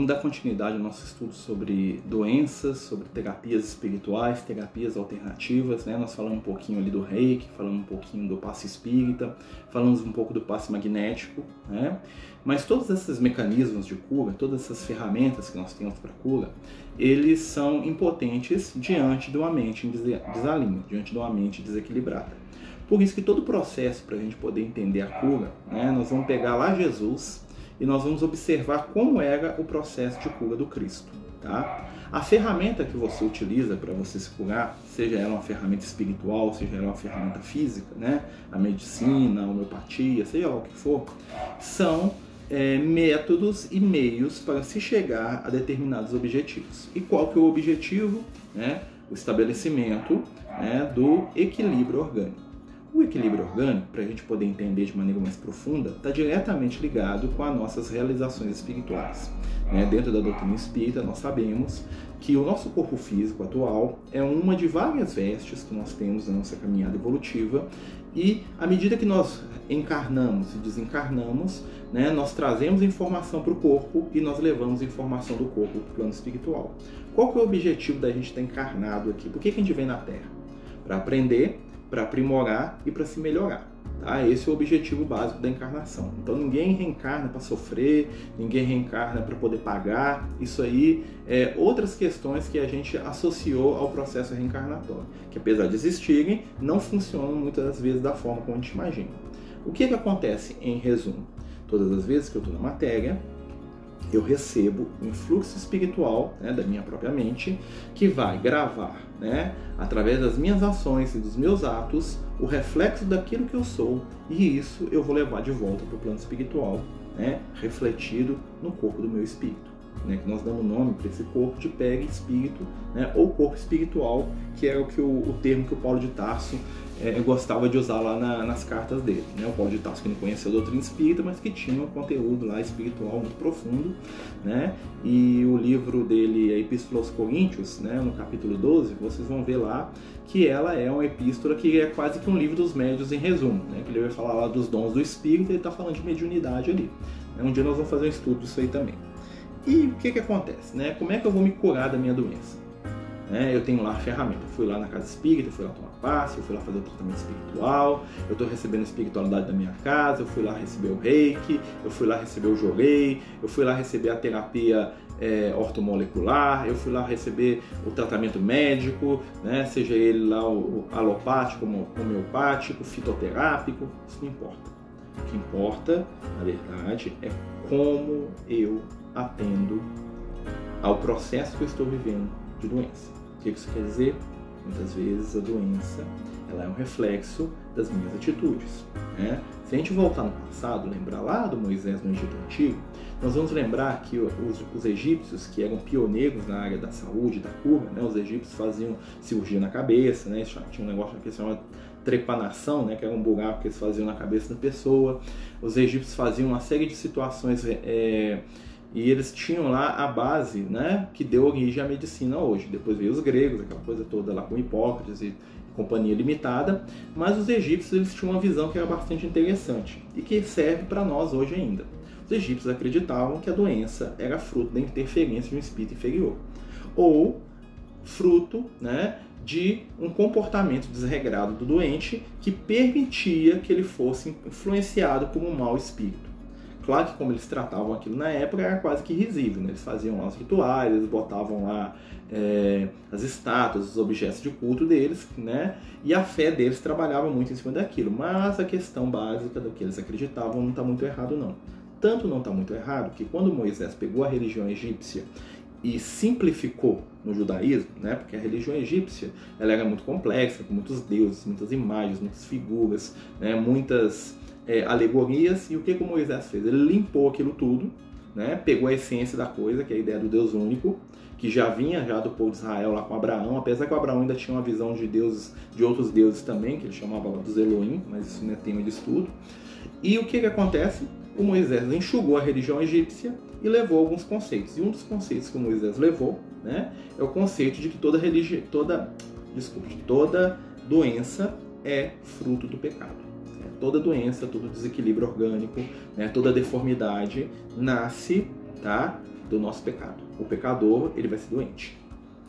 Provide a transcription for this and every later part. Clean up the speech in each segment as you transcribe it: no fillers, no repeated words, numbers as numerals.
Vamos dar continuidade ao nosso estudo sobre doenças, sobre terapias espirituais, terapias alternativas, né? Nós falamos um pouquinho ali do Reiki, falamos um pouquinho do passe espírita, falamos um pouco do passe magnético, né? Mas todos esses mecanismos de cura, todas essas ferramentas que nós temos para cura, eles são impotentes diante de uma mente em desalinho, diante de uma mente desequilibrada. Por isso que todo o processo para a gente poder entender a cura, né? Nós vamos pegar lá Jesus e nós vamos observar como era o processo de cura do Cristo, tá? A ferramenta que você utiliza para você se curar, seja ela uma ferramenta espiritual, seja ela uma ferramenta física, né? A medicina, a homeopatia, seja lá o que for, são métodos e meios para se chegar a determinados objetivos. E qual que é o objetivo? Né? O estabelecimento, né, do equilíbrio orgânico. O equilíbrio orgânico, para a gente poder entender de maneira mais profunda, está diretamente ligado com as nossas realizações espirituais. Dentro da doutrina espírita, nós sabemos que o nosso corpo físico atual é uma de várias vestes que nós temos na nossa caminhada evolutiva, e à medida que nós encarnamos e desencarnamos, né, nós trazemos informação para o corpo e nós levamos informação do corpo para o plano espiritual. Qual que é o objetivo da gente estar encarnado aqui? Por que a gente vem na Terra? Para aprender, para aprimorar e para se melhorar. Tá? Esse é o objetivo básico da encarnação. Então ninguém reencarna para sofrer, ninguém reencarna para poder pagar. Isso aí é outras questões que a gente associou ao processo reencarnatório, que apesar de existirem, não funcionam muitas das vezes da forma como a gente imagina. O que acontece em resumo? Todas as vezes que eu estou na matéria, eu recebo um fluxo espiritual, né, da minha própria mente, que vai gravar, né, através das minhas ações e dos meus atos, o reflexo daquilo que eu sou, e isso eu vou levar de volta para o plano espiritual, né, refletido no corpo do meu espírito. Né, que nós damos nome para esse corpo de perispírito, né, ou corpo espiritual, que é o termo que o Paulo de Tarso gostava de usar lá nas cartas dele. Né? O Paulo de Tarso, que não conhecia a doutrina espírita, mas que tinha um conteúdo lá espiritual muito profundo. Né? E o livro dele, a Epístola aos Coríntios, né, no capítulo 12, vocês vão ver lá que ela é uma epístola que é quase que um livro dos médiuns em resumo. Né? Que ele vai falar lá dos dons do espírito, ele está falando de mediunidade ali. Um dia nós vamos fazer um estudo disso aí também. E o que acontece? Né? Como é que eu vou me curar da minha doença? Eu tenho lá a ferramenta. Eu fui lá na casa espírita, eu fui lá tomar passe, eu fui lá fazer o tratamento espiritual, eu estou recebendo a espiritualidade da minha casa, eu fui lá receber o Reiki, eu fui lá receber o Jorei, eu fui lá receber a terapia ortomolecular, eu fui lá receber o tratamento médico, né? Seja ele lá o alopático, homeopático, fitoterápico, isso não importa. O que importa, na verdade, é como eu atendo ao processo que eu estou vivendo de doença. O que isso quer dizer? Muitas vezes a doença ela é um reflexo das minhas atitudes. Né? Se a gente voltar no passado, lembrar lá do Moisés no Egito Antigo, nós vamos lembrar que os egípcios, que eram pioneiros na área da saúde, da cura, né? Os egípcios faziam cirurgia na cabeça, né? Tinha um negócio que se chama trepanação, né? Que era um buraco que eles faziam na cabeça da pessoa. Os egípcios faziam uma série de situações e eles tinham lá a base, né, que deu origem à medicina hoje. Depois veio os gregos, aquela coisa toda lá com Hipócrates e companhia limitada, mas os egípcios eles tinham uma visão que era bastante interessante e que serve para nós hoje ainda. Os egípcios acreditavam que a doença era fruto da interferência de um espírito inferior, ou fruto, né, de um comportamento desregrado do doente que permitia que ele fosse influenciado por um mau espírito. Claro que como eles tratavam aquilo na época era quase que risível, né? Eles faziam lá os rituais, eles botavam lá as estátuas, os objetos de culto deles, né? E a fé deles trabalhava muito em cima daquilo, mas a questão básica do que eles acreditavam não está muito errado não. Tanto não está muito errado que quando Moisés pegou a religião egípcia e simplificou no judaísmo, né? Porque a religião egípcia ela era muito complexa, com muitos deuses, muitas imagens, muitas figuras, né? Muitas alegorias, e o que o Moisés fez? Ele limpou aquilo tudo, né? Pegou a essência da coisa, que é a ideia do Deus único, que já vinha do povo de Israel lá com Abraão, apesar que o Abraão ainda tinha uma visão de deuses, de outros deuses também, que ele chamava lá dos Elohim, mas isso não é tema de estudo. E o que acontece? O Moisés enxugou a religião egípcia e levou alguns conceitos. E um dos conceitos que o Moisés levou, né, é o conceito de que toda doença é fruto do pecado. Toda doença, todo desequilíbrio orgânico, né, toda deformidade nasce, tá, do nosso pecado. O pecador, ele vai ser doente.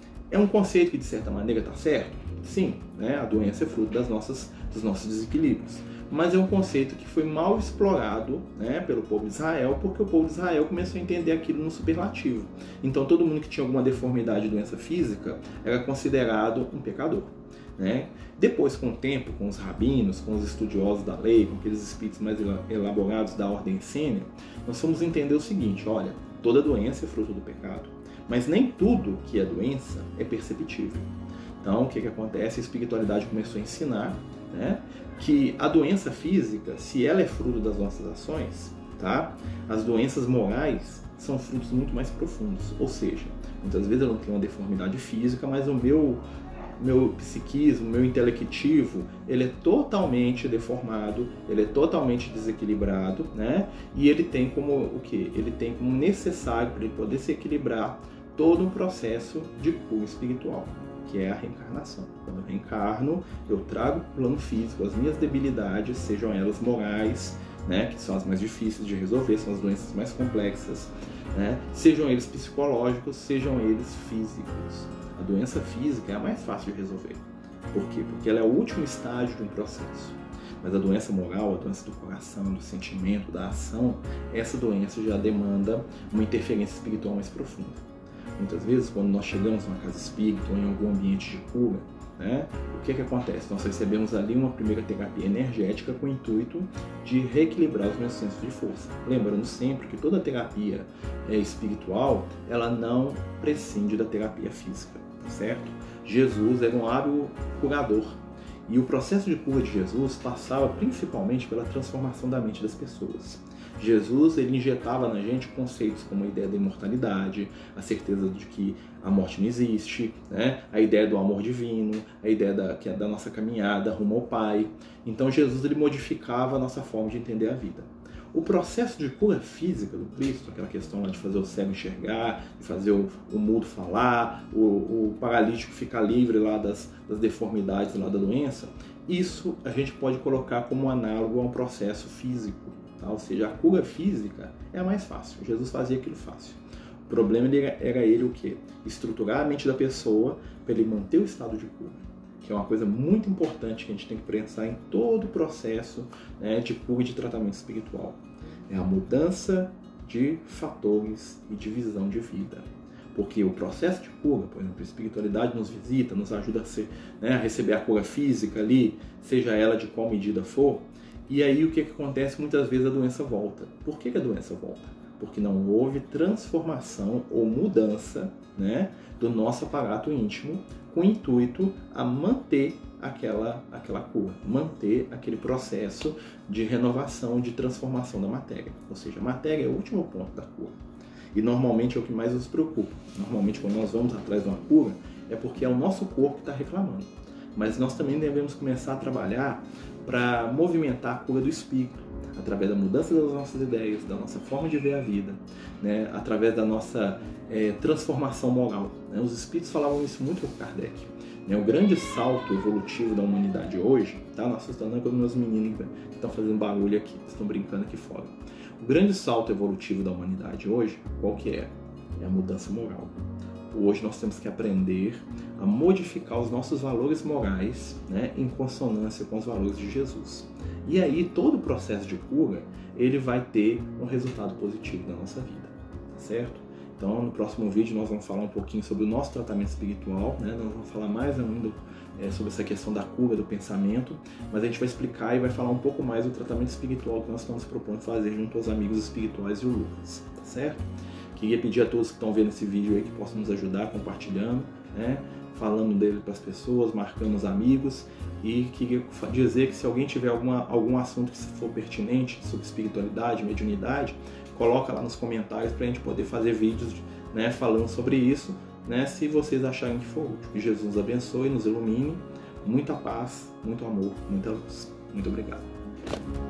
É um conceito que, de certa maneira, está certo? Sim, né? A doença é fruto dos nossos desequilíbrios. Mas é um conceito que foi mal explorado, né, pelo povo de Israel, porque o povo de Israel começou a entender aquilo no superlativo. Então todo mundo que tinha alguma deformidade, doença física, era considerado um pecador, né? Depois, com o tempo, com os rabinos, com os estudiosos da lei, com aqueles espíritos mais elaborados da ordem essênia, nós fomos entender o seguinte: olha, toda doença é fruto do pecado, mas nem tudo que é doença é perceptível. Então o que acontece? A espiritualidade começou a ensinar, né, que a doença física, se ela é fruto das nossas ações, tá? As doenças morais são frutos muito mais profundos. Ou seja, muitas vezes eu não tenho uma deformidade física, mas o meu psiquismo, o meu intelectivo, ele é totalmente deformado, ele é totalmente desequilibrado, né? E ele tem como o quê? Ele tem como necessário, para ele poder se equilibrar, todo um processo de cura espiritual, que é a reencarnação. Quando eu reencarno, eu trago para o plano físico as minhas debilidades, sejam elas morais, né, que são as mais difíceis de resolver, são as doenças mais complexas, né, sejam eles psicológicos, sejam eles físicos. A doença física é a mais fácil de resolver. Por quê? Porque ela é o último estágio de um processo. Mas a doença moral, a doença do coração, do sentimento, da ação, essa doença já demanda uma interferência espiritual mais profunda. Muitas vezes, quando nós chegamos numa casa espírita ou em algum ambiente de cura, né, o que acontece? Nós recebemos ali uma primeira terapia energética com o intuito de reequilibrar os meus centros de força. Lembrando sempre que toda terapia espiritual, ela não prescinde da terapia física, tá certo? Jesus era um hábil curador. E o processo de cura de Jesus passava principalmente pela transformação da mente das pessoas. Jesus, ele injetava na gente conceitos como a ideia da imortalidade, a certeza de que a morte não existe, né? A ideia do amor divino, a ideia da nossa caminhada rumo ao Pai. Então Jesus, ele modificava a nossa forma de entender a vida. O processo de cura física do Cristo, aquela questão lá de fazer o cego enxergar, de fazer o mudo falar, o paralítico ficar livre lá das deformidades lá da doença, isso a gente pode colocar como análogo a um processo físico. Tá? Ou seja, a cura física é a mais fácil. Jesus fazia aquilo fácil. O problema era ele o quê? Estruturar a mente da pessoa para ele manter o estado de cura, que é uma coisa muito importante que a gente tem que pensar em todo o processo, né, de cura e de tratamento espiritual. É a mudança de fatores e de visão de vida. Porque o processo de cura, por exemplo, a espiritualidade nos visita, nos ajuda a receber a cura física ali, seja ela de qual medida for. E aí o que acontece? Muitas vezes a doença volta. Por que a doença volta? Porque não houve transformação ou mudança, né, do nosso aparato íntimo com o intuito a manter aquela cura, manter aquele processo de renovação, de transformação da matéria. Ou seja, a matéria é o último ponto da cura. E normalmente é o que mais nos preocupa. Normalmente quando nós vamos atrás de uma cura é porque é o nosso corpo que está reclamando. Mas nós também devemos começar a trabalhar para movimentar a cura do espírito, através da mudança das nossas ideias, da nossa forma de ver a vida, né? Através da nossa transformação moral. Né? Os espíritos falavam isso muito com Kardec. Né? O grande salto evolutivo da humanidade hoje, tá? Não assustando com os meus meninos que estão fazendo barulho aqui, estão brincando aqui fora. O grande salto evolutivo da humanidade hoje, qual que é? É a mudança moral. Hoje nós temos que aprender a modificar os nossos valores morais, né, em consonância com os valores de Jesus. E aí todo o processo de cura, ele vai ter um resultado positivo na nossa vida, tá certo? Então no próximo vídeo nós vamos falar um pouquinho sobre o nosso tratamento espiritual, né? Nós vamos falar mais ainda sobre essa questão da cura do pensamento, mas a gente vai explicar e vai falar um pouco mais do tratamento espiritual que nós estamos propondo fazer junto aos amigos espirituais e o Lucas, tá certo? Queria pedir a todos que estão vendo esse vídeo aí que possam nos ajudar compartilhando, né? Falando dele para as pessoas, marcando os amigos, e queria dizer que se alguém tiver algum assunto que for pertinente sobre espiritualidade, mediunidade, coloca lá nos comentários para a gente poder fazer vídeos, né, falando sobre isso, né, se vocês acharem que for útil. Que Jesus nos abençoe, nos ilumine, muita paz, muito amor, muita luz. Muito obrigado.